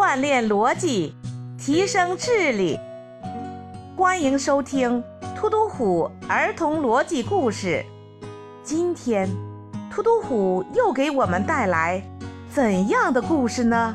锻炼逻辑，提升智力。欢迎收听突突虎儿童逻辑故事。今天突突虎又给我们带来怎样的故事呢？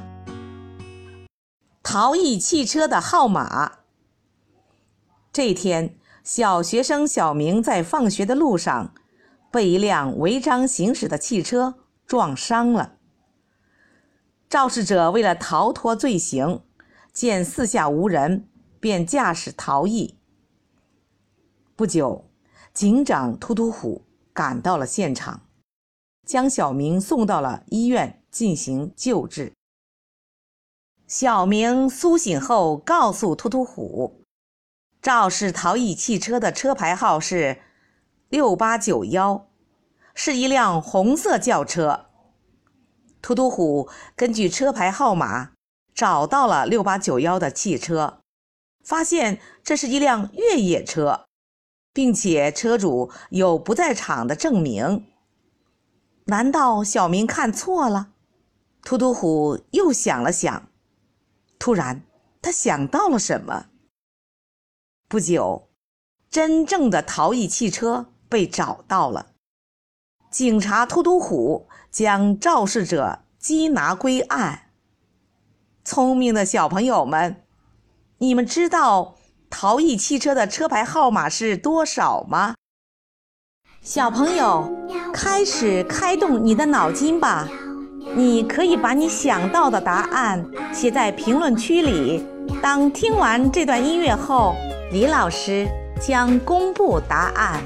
逃逸汽车的号码。这天，小学生小明在放学的路上被一辆违章行驶的汽车撞伤了。肇事者为了逃脱罪行，见四下无人，便驾驶逃逸。不久，警长突突虎赶到了现场，将小明送到了医院进行救治。小明苏醒后告诉突突虎，肇事逃逸汽车的车牌号是6891，是一辆红色轿车。突突虎根据车牌号码找到了6891的汽车，发现这是一辆越野车，并且车主有不在场的证明。难道小明看错了？突突虎又想了想，突然他想到了什么。不久，真正的逃逸汽车被找到了。警察突突虎将肇事者缉拿归案。聪明的小朋友们，你们知道逃逸汽车的车牌号码是多少吗？小朋友，开始开动你的脑筋吧。你可以把你想到的答案写在评论区里。当听完这段音乐后，李老师将公布答案。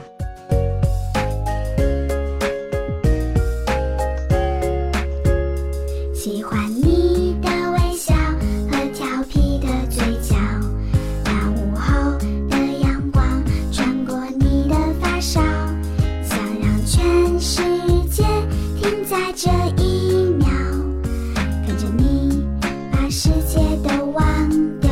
喜欢你的微笑和调皮的嘴角，让午后的阳光穿过你的发梢，想让全世界停在这一秒，跟着你把世界都忘掉。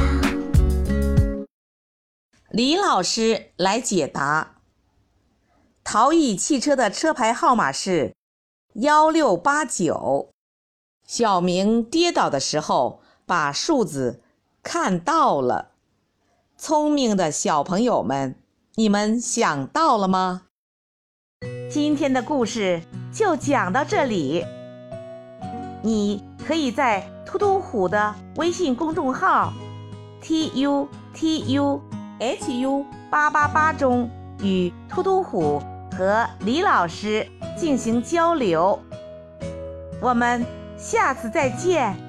李老师来解答。逃逸汽车的车牌号码是1689。小明跌倒的时候把数字看到了。聪明的小朋友们，你们想到了吗？今天的故事就讲到这里。你可以在突突虎的微信公众号 TUTUHU888 中与突突虎和李老师进行交流。我们下次再见。